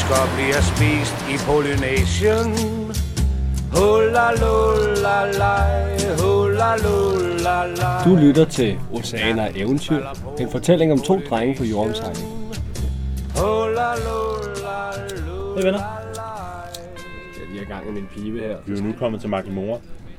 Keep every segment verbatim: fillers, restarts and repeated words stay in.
Mennesker bliver spist i Polynesian. Hula lula lej, hula lula lej. Du lytter til Oceaner af Eventyr, en fortælling om to drenge på jordomsejling. Hej venner. Jeg er lige i gang med min pibe her. Vi er jo nu kommet til Macklemore,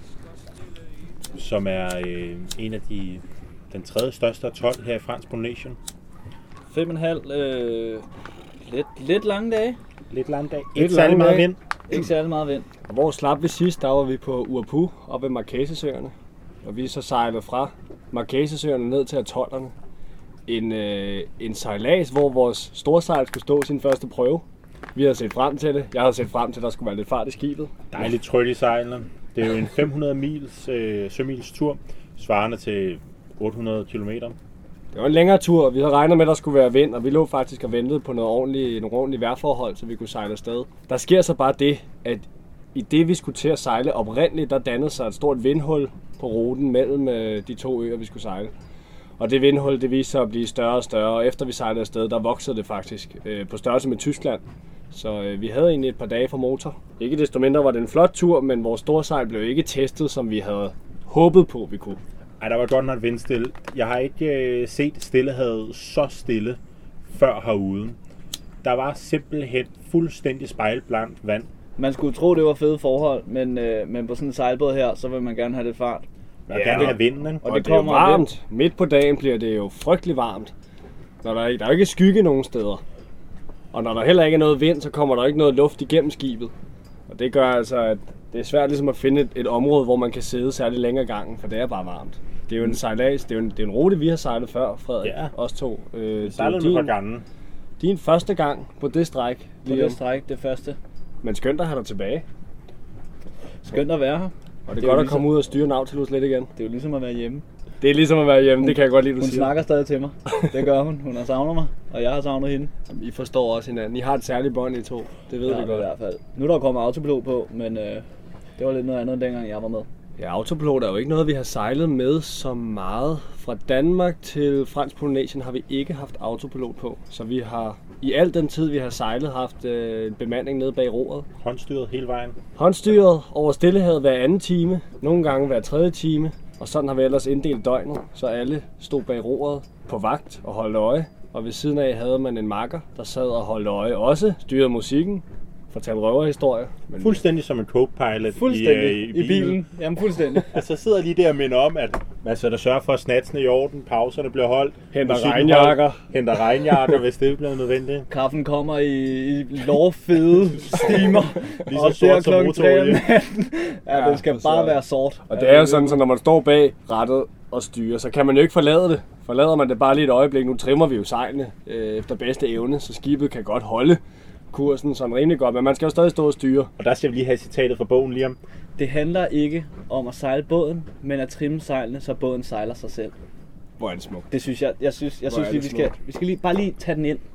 som er øh, en af de den tredje største atol her i Fransk Polynesien. Fem og en halv, øh, lidt, lidt lange dage. Lidt lang dag. Lidt Ikke særlig lang meget dag. vind. Ikke særlig meget vind. Og hvor slap vi sidst, der var vi på Uapu, oppe ved Marquesasøerne. Og vi er så sejlet fra Marquesasøerne ned til atollerne. En, øh, en sejlads, hvor vores storsejl skulle stå sin første prøve. Vi havde set frem til det. Jeg havde set frem til, at der skulle være lidt fart i skibet. Dejligt tryk i sejlene. Det er jo en fem hundrede mils øh, sømils tur, svarende til otte hundrede kilometer. Det var en længere tur, og vi havde regnet med, at der skulle være vind, og vi lå faktisk og ventede på noget ordentligt, nogle ordentlige vejrforhold, så vi kunne sejle afsted. Der sker så bare det, at i det, vi skulle til at sejle oprindeligt, der dannede sig et stort vindhul på ruten mellem de to øer, vi skulle sejle. Og det vindhul, det viste sig at blive større og større, og efter vi sejlede afsted, der voksede det faktisk øh, på størrelse med Tyskland. Så øh, vi havde egentlig et par dage for motor. Ikke desto mindre var det en flot tur, men vores storsejl blev ikke testet, som vi havde håbet på, vi kunne. Ej, der var godt nok vindstille. Jeg har ikke øh, set Stillehavet så stille før herude. Der var simpelthen fuldstændig spejlblankt vand. Man skulle tro, det var fede forhold, men, øh, men på sådan en sejlbåd her, så vil man gerne have lidt fart. Man vil gerne have vinden, ikke? Og, Og det, det det er jo kommer varmt. Midt på dagen bliver det jo frygtelig varmt. Når der, er, der er jo ikke skygge nogen steder. Og når der heller ikke er noget vind, så kommer der ikke noget luft igennem skibet. Og det gør altså, at det er svært ligesom at finde et, et område, hvor man kan sidde særlig længere gangen, for det er bare varmt. Det er jo en sejlads, det er jo en, det er en rute, vi har sejlet før, Frederik, Ja. os to. Øh, Det sejlede med et par gange. din første gang på det stræk, På Liam. det stræk, det første. Men skønt at have dig tilbage. Skønt at være her. Og det er, Det er godt jo at komme ud og styre Nautilus lidt igen. Det er jo ligesom at være hjemme. Det er ligesom at være hjemme, det kan jeg godt lide, du Hun siger. snakker stadig til mig. Det gør hun. Hun har savnet mig, og jeg har savnet hende. I forstår også hinanden. I har et særligt bånd, I to. Det ved Ja, vi i godt. hvert fald. Nu er der kommet autopilot på, men øh, det var lidt noget andet, dengang jeg var med. Ja, autopilot er jo ikke noget, vi har sejlet med så meget. Fra Danmark til Fransk Polynesien har vi ikke haft autopilot på. Så vi har i al den tid, vi har sejlet, haft øh, en bemanding nede bag roret. Håndstyret hele vejen. Håndstyret over Stillehavet hver anden time, nogle gange hver tredje time. Og sådan har vi ellers inddelt døgnet, så alle stod bag roret på vagt og holdt øje. Og ved siden af havde man en makker, der sad og holdt øje også, styrede musikken, fortalte røverhistorier. Men Fuldstændig som en co-pilot Fuldstændig i, øh, i, i bilen. Jamen fuldstændig. Altså sidder lige der og minder om, at man så der sørger for, at snatsen er i orden, pauserne bliver holdt. Henter musikken regnjakker. holdt, Henter regnjakker, hvis det bliver nødvendigt. Kaffen kommer i, i lovfede stimer. Lige så og sort det er som klokken tre om motorolie. natten. Ja, Ja, den skal så- bare være sort. Og det er jo sådan, så når man står bag rattet og styrer, så kan man jo ikke forlade det. Forlader man det bare lige et øjeblik, nu trimmer vi jo sejlene øh, efter bedste evne, så skibet kan godt holde kursen sådan rimelig godt, men man skal jo stadig stå og styre. Og der skal vi lige have citatet fra bogen lige om. Det handler ikke om at sejle båden, men at trimme sejlene, så båden sejler sig selv. Hvor er det smukt. Det synes jeg, jeg synes, jeg Hvor er synes lige, det vi skal, smukt. vi skal lige, bare lige tage den ind.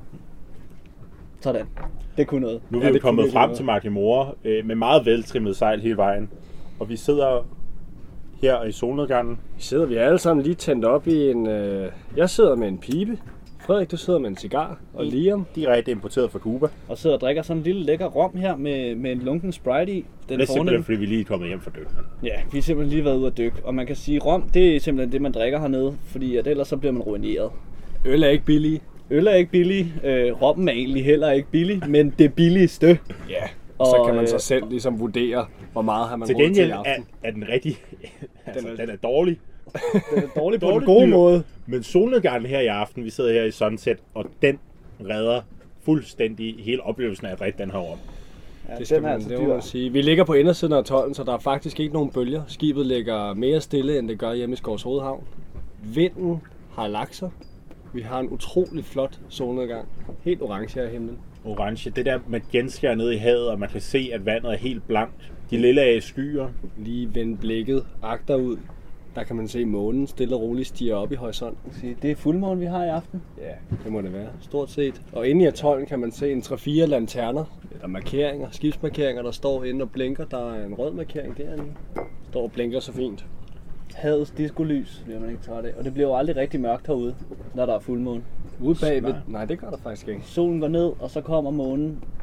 Sådan. Det kunne noget. Nu er Ja, vi jo det kunne kommet virkelig frem noget. til Macklemore øh, med meget veltrimmet sejl hele vejen. Og vi sidder her i solnedgangen. Vi sidder vi er alle sammen lige tændt op i en... Øh, jeg sidder med en pibe. Frederik, du sidder med en cigar. Og Liam. Direkte importeret fra Cuba. Og sidder og drikker sådan en lille lækker rom her med, med en lunken Sprite i. Den Det er fornemme. simpelthen, fordi vi lige er kommet hjem fra dykningen. Ja, vi har simpelthen lige været ude at dykke. Og man kan sige, rom, det er simpelthen det, man drikker hernede. Fordi at ellers så bliver man ruineret. Øl er ikke billige. Øl er ikke billig. Øh, rommen er egentlig heller ikke billig. Men det billigste. Ja. Og så Og, kan man så øh, selv ligesom vurdere, hvor meget har man Til råd til i gengæld er, aften. er den rigtig... altså, Den er- den er dårlig. Den er dårlig på Dårligt den gode dyr. måde. Men solnedgangen her i aften, vi sidder her i Sunset, og den redder fuldstændig hele oplevelsen af at drikke den her rom. Ja, Det skal den er man, altså det må dyr. man sige. Vi ligger på indersiden af atollen, så der er faktisk ikke nogen bølger. Skibet ligger mere stille, end det gør hjemme i Skovs Hovedhavn. Vinden har lagt sig. Vi har en utrolig flot solnedgang. Helt orange her i himlen. Orange, det der man genskærer ned i havet, og man kan se, at vandet er helt blankt. De lille af skyer. Lige vend blikket agterud. Der kan man se månen stille og roligt stiger op i horisonten. Det er fuldmåne, vi har i aften. Ja, det må det være. Stort set. Og inde i atollen kan man se en tre fire lanterner, eller markeringer, skibsmarkeringer, der står inde og blinker. Der er en rød markering derinde. Står og blinker så fint. Hadets diskolys bliver man ikke træt af. Og det bliver jo aldrig rigtig mørkt herude, når der er fuldmåne. Ude bagved? Nej, det gør der faktisk ikke. Solen går ned, og så kommer månen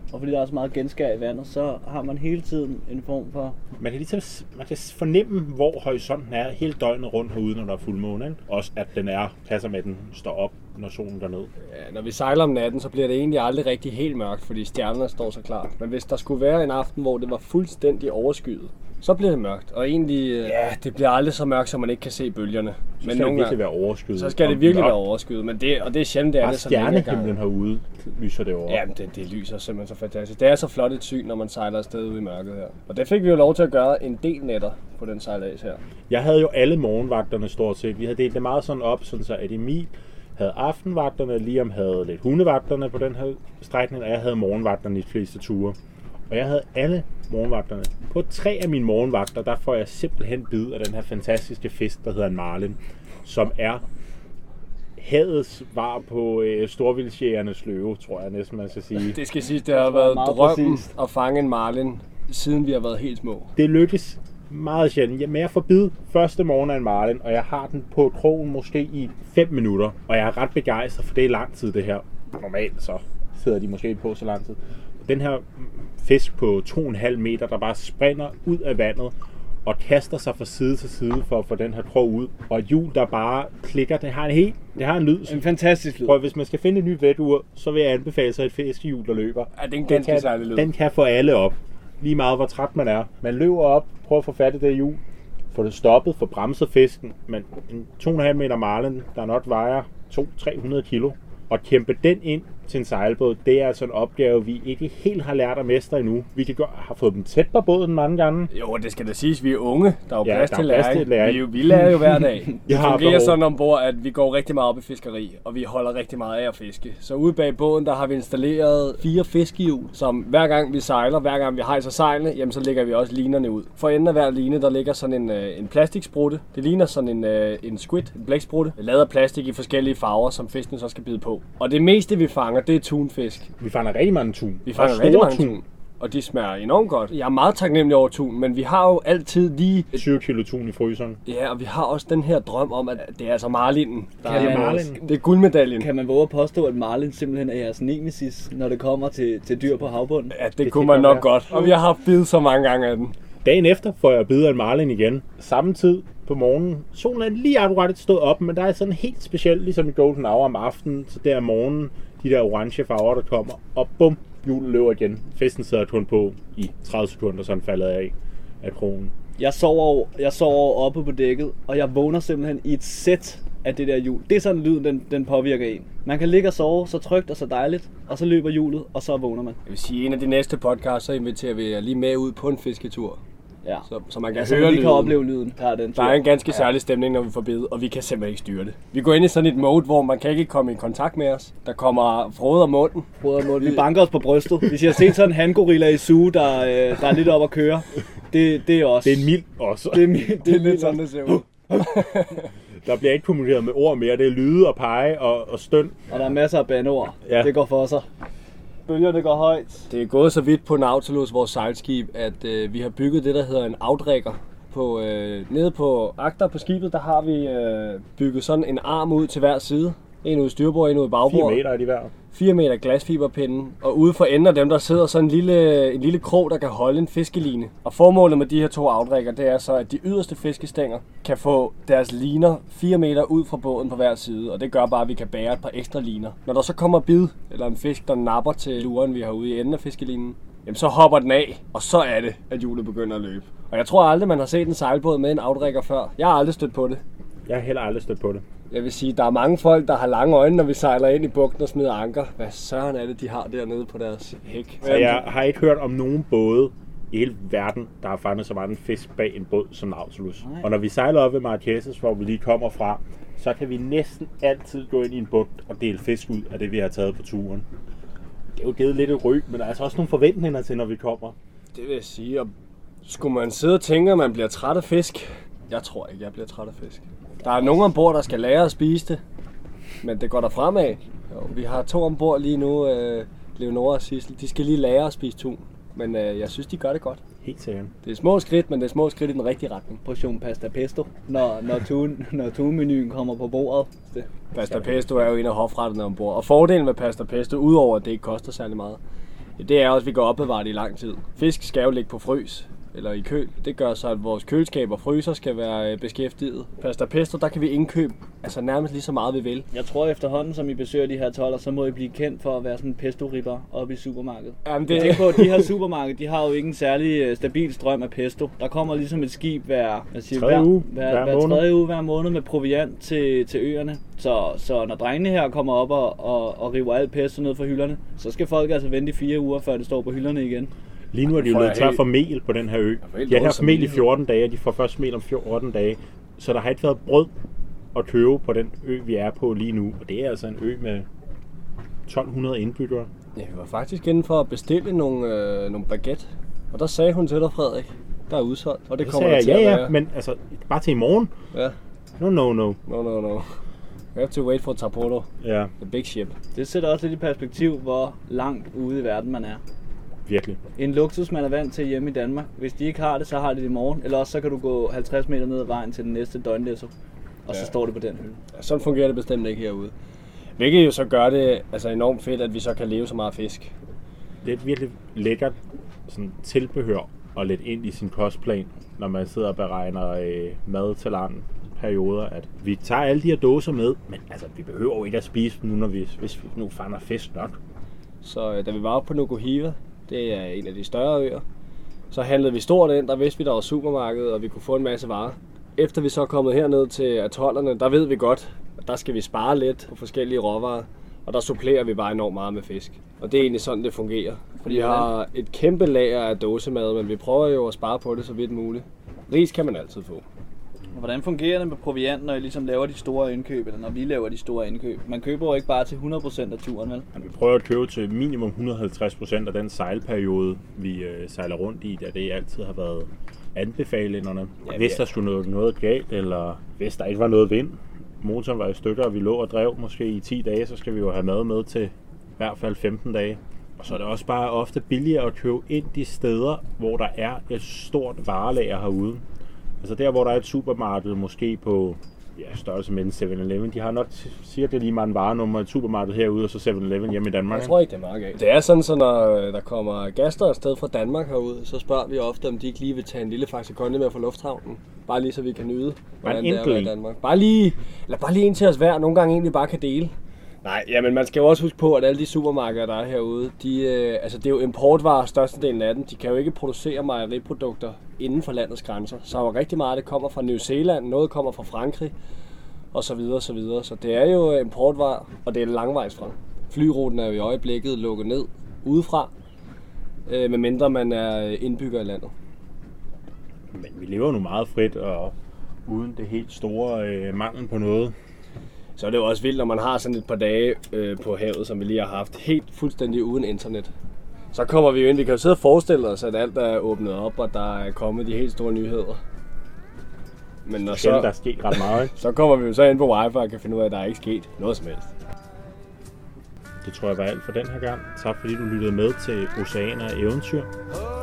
og fordi der er så meget genskær i vandet, så har man hele tiden en form for... Man kan ligesom man kan fornemme, hvor horisonten er hele døgnet rundt herude, når der er fuldmåne. Ikke? Også at den er, passer med, at den står op, når solen går ned. Ja, når vi sejler om natten, så bliver det egentlig aldrig rigtig helt mørkt, fordi stjernerne står så klart. Men hvis der skulle være en aften, hvor det var fuldstændig overskyet, så bliver det mørkt. Og egentlig, ja, det bliver aldrig så mørkt, så man ikke kan se bølgerne. Så skal men det virkelig være overskyet. Så skal det virkelig være overskyet, men det, og det er sjældent, det er det så længe. Bare stjernehimlen herude lyser det over. Ja, det, det lyser simpelthen så fantastisk. Det er så flot et syn, når man sejler afsted ude i mørket her. Og det fik vi jo lov til at gøre en del nætter på den sejlads her. Jeg havde jo alle morgenvagterne stort set. Vi havde delt det meget sådan op, sådan så at Emil havde aftenvagterne, Liam havde lidt hundevagterne på den her strækning, og jeg havde morgenvagterne i de fleste ture. Og jeg havde alle morgenvagterne. På tre af mine morgenvagter, der får jeg simpelthen bid af den her fantastiske fisk, der hedder en marlin, som er havets var på øh, storvildsjægernes løve, tror jeg næsten, man skal sige. Det skal sige, det har været drømmen præcist at fange en marlin, siden vi har været helt små. Det lykkes meget sjældent. Men jeg får bid første morgen af en marlin, og jeg har den på krogen måske i fem minutter. Og jeg er ret begejstret, for det er lang tid det her. Normalt så sidder de måske på så lang tid. Den her fisk på to komma fem meter, der bare springer ud af vandet og kaster sig fra side til side for at få den her krog ud. Og et hjul, der bare klikker, det har en helt, det har en lyd. En fantastisk lyd. Prøv, hvis man skal finde et nyt vætur, så vil jeg anbefale sig et fiskehjul, der løber. Ja, det er en ganske kan, særlig lyd. Den kan få alle op. Lige meget, hvor træt man er. Man løber op, prøver at få fat i det hjul, få det stoppet, få bremset fisken. Men en to komma fem meter marlin, der nok vejer to til tre hundrede kilo, og kæmpe den ind til en sejlbåd, det er altså en opgave, vi ikke helt har lært at mestre endnu. Vi kan gøre, har fået dem tæt på båden mange gange. Jo, det skal da siges, vi er unge. Der er jo ja, plads, der til, er plads læring. til læring. Vi, vi lærer jo hver dag. Det fungerer behov. sådan ombord, at vi går rigtig meget op i fiskeri, og vi holder rigtig meget af at fiske. Så ude bag båden, der har vi installeret fire fiskehjul, som hver gang vi sejler, hver gang vi hejser sejlene, jamen så lægger vi også linerne ud. For enden af hver line, der ligger sådan en, øh, en plastiksprutte. Det ligner sådan en, øh, en squid, en blæksprutte, lavet af plastik i forskellige farver, som fiskene så skal bide på. Og det meste vi fanger, det er tunfisk. Vi fanger rigtig mange tun. Vi fanger rigtig mange tun. Og de smager enormt godt. Jeg er meget taknemmelig over tun, men vi har jo altid lige tyve kilo tun i fryseren. Ja, og vi har også den her drøm om, at det er altså marlinen. Der Kan er man, det er guldmedaljen. Kan man våge at påstå, at marlin simpelthen er jeres nemesis, når det kommer til, til dyr på havbunden? Ja, det, det kunne man nok være. Godt. Og vi har haft bid så mange gange af den. Dagen efter får jeg bid af en marlin igen. Samme tid på morgenen. Solen er lige akkurat stået op, men der er sådan helt specielt, ligesom i golden hour om aftenen, så der om morgenen, de der orange farver, der kommer, og bum, hjulet løber igen. Fisken sidder kun på i tredive sekunder, så han falder af af krogen. Jeg sover, jeg sover oppe på dækket, og jeg vågner simpelthen i et sæt af det der hjul. Det er sådan, lyden den, den påvirker en. Man kan ligge og sove så trygt og så dejligt, og så løber hjulet, og så vågner man. Jeg vil sige, at en af de næste podcasts, så inviterer vi jer lige med ud på en fisketur. Ja. Så, så man kan ja, så høre vi lyden. kan opleve lyden. Der er, den der er en ganske særlig ja. stemning, når vi får bid, og vi kan simpelthen ikke styre det. Vi går ind i sådan et mode, hvor man kan ikke komme i kontakt med os. Der kommer frode om munden. Frode om munden. Vi banker os på brystet. Hvis jeg har set sådan en hangorilla i zoo, der, øh, der er lidt op at køre, det, det er også. Det er en mild også. Det er, mild, det det er lidt sådan, det ser ud. Der bliver ikke kommunikeret med ord mere. Det er lyde og pege og, og støn. Og der er masser af bandeord. Ja. Det går for sig. Bølgerne går højt. Det er gået så vidt på Nautilus, vores sejlskib, at øh, vi har bygget det, der hedder en afdrækker. På, øh, nede på agter på skibet, der har vi øh, bygget sådan en arm ud til hver side. En ud i styrbord, en ud i bagbord. Fire meter er de hver. fire meter glasfiberpinde. Og ude for enden af dem, der sidder sådan en lille, en lille krog, der kan holde en fiskeline. Og formålet med de her to afdrækker, det er så, at de yderste fiskestænger kan få deres liner fire meter ud fra båden på hver side. Og det gør bare, at vi kan bære et par ekstra liner. Når der så kommer bid, eller en fisk, der napper til luren, vi har ude i enden af fiskelinen, jamen så hopper den af, og så er det, at hjulet begynder at løbe. Og jeg tror aldrig, man har set en sejlbåd med en afdrækker før. Jeg har aldrig stødt på det. Jeg har heller aldrig stødt på det. Jeg vil sige, der er mange folk, der har lange øjne, når vi sejler ind i bugten og smider anker. Hvad søren er det, de har dernede på deres hæk? Så jeg har ikke hørt om nogen både i hele verden, der har fanget så mange fisk bag en båd som Nautilus. Nej. Og når vi sejler op ved Marquesas, hvor vi lige kommer fra, så kan vi næsten altid gå ind i en bugt og dele fisk ud af det, vi har taget på turen. Det er jo givet lidt et ryg, men der er altså også nogle forventninger til, når vi kommer. Det vil jeg sige. Og skulle man sidde og tænke, at man bliver træt af fisk? Jeg tror ikke, jeg bliver træt af fisk. Der er nogen ombord, der skal lære at spise det, men det går der fremad. Jo, vi har to ombord lige nu, øh, Leonora og Sissel. De skal lige lære at spise tun, men øh, jeg synes, de gør det godt. Helt sikkert. Det er små skridt, men det er små skridt i den rigtige retning. Portion pasta pesto, når, når, tun, når tunmenuen kommer på bordet. Det. Pasta pesto er jo en af hofretterne ombord. Og fordelen med pasta pesto, udover at det ikke koster særlig meget, Ja, det er også, at vi går opbevare det i lang tid. Fisk skal jo ligge på frys, eller i køl. Det gør så, at vores køleskab og fryser skal være beskæftiget. Pasta pesto, der kan vi indkøbe altså nærmest lige så meget, vi vil. Jeg tror efterhånden, som I besøger de her toller, så må I blive kendt for at være sådan en pesto-ribber oppe i supermarkedet. Jamen, det... Tænk på, at de her supermarkeder, de har jo ikke en særlig stabil strøm af pesto. Der kommer ligesom et skib hver, jeg siger, hver, uge, hver, hver, hver tredje uge, hver måned med proviant til, til øerne. Så, så når drengene her kommer op og, og, og river alt pesto ned fra hylderne, så skal folk altså vente i fire uger, før det står på hylderne igen. Lige nu er de jo løbet tør for mel på den her ø. De har haft mel i fjorten dage, og de får først mel om fjorten dage. Så der har ikke været brød at købe på den ø, vi er på lige nu. Og det er altså en ø med tolv hundrede indbyggere. Ja, vi var faktisk inde for at bestille nogle, øh, nogle baguette. Og der sagde hun til dig, Frederik, der er udsolgt. Og det så kommer jeg, der til ja, at ja, være. men altså, bare til i morgen. Ja. No, no, no. No, no, no. We have to wait for Sapporo. Ja. The big ship. Det sætter også lidt i perspektiv, hvor langt ude i verden man er. Virkelig. En luksus, man er vant til hjemme i Danmark. Hvis de ikke har det, så har de det i morgen. Eller også så kan du gå halvtreds meter ned ad vejen til den næste døgnlæsser. Og ja. Så står det på den hylde. Ja, sådan fungerer det bestemt ikke herude. Hvilket jo så gør det altså enormt fedt, at vi så kan leve så meget fisk. Det er et virkelig lækkert sådan, tilbehør og lidt ind i sin kostplan, når man sidder og beregner øh, mad til lang perioder, at vi tager alle de her dåser med, men altså, vi behøver jo ikke at spise dem nu, når vi, hvis vi nu fanger fisk nok. Så øh, da vi var oppe på Nukuhiva, det er en af de større øer, så handlede vi stort ind, der vidste vi, der var supermarked, og vi kunne få en masse varer. Efter vi så er kommet herned til atollerne, der ved vi godt, at der skal vi spare lidt på forskellige råvarer, og der supplerer vi bare enormt meget med fisk. Og det er egentlig sådan, det fungerer. Vi har et kæmpe lager af dåsemad, men vi prøver jo at spare på det så vidt muligt. Ris kan man altid få. Hvordan fungerer det med proviant, når I ligesom laver de store indkøb, eller når vi laver de store indkøb? Man køber jo ikke bare til hundrede procent af turen, vel? Vi prøver at købe til minimum et hundrede og halvtreds procent af den sejlperiode, vi øh, sejler rundt i, da det altid har været anbefalingerne. Ja, hvis der skulle noget, noget galt, eller hvis der ikke var noget vind, motoren var i stykker, og vi lå og drev måske i ti dage, så skal vi jo have mad med til i hvert fald femten dage. Og så er det også bare ofte billigere at købe ind de steder, hvor der er et stort varelager herude. Altså der, hvor der er et supermarked, måske på ja, størrelse med en seven eleven. De har nok cirka lige meget en varenummer, et supermarked herude, og så seven eleven hjemme i Danmark. Jeg tror ikke, det er meget galt. Det er sådan, så når der kommer gæster afsted fra Danmark herude, så spørger vi ofte, om de ikke lige vil tage en lille Faxe Kondi med fra lufthavnen. Bare lige så vi kan nyde, hvordan det er at være i Danmark. Bare lige, eller bare lige en til os hver. Nogle gange egentlig bare kan dele. Nej, jamen man skal jo også huske på, at alle de supermarkeder, der er herude, de, øh, altså det er jo importvarer størstedelen af dem. De kan jo ikke producere mejeriprodukter inden for landets grænser. Så jo rigtig meget, det kommer fra New Zealand, noget kommer fra Frankrig, og så videre, og så videre. Så det er jo importvarer, og det er langvejs fra. Flyruten er jo i øjeblikket lukket ned udefra, øh, medmindre man er indbygger i landet. Men vi lever nu meget frit, og uden det helt store øh, mangel på noget. Så er det jo også vildt, når man har sådan et par dage øh, på havet, som vi lige har haft, helt fuldstændig uden internet. Så kommer vi jo ind, vi kan jo sidde og forestille os, at alt er åbnet op, og der er kommet de helt store nyheder. Men når så, der er sket ret meget, ikke? Så kommer vi jo så ind på wifi og kan finde ud af, at der er ikke sket noget som helst. Det tror jeg var alt for den her gang. Tak fordi du lyttede med til Oceaner Eventyr.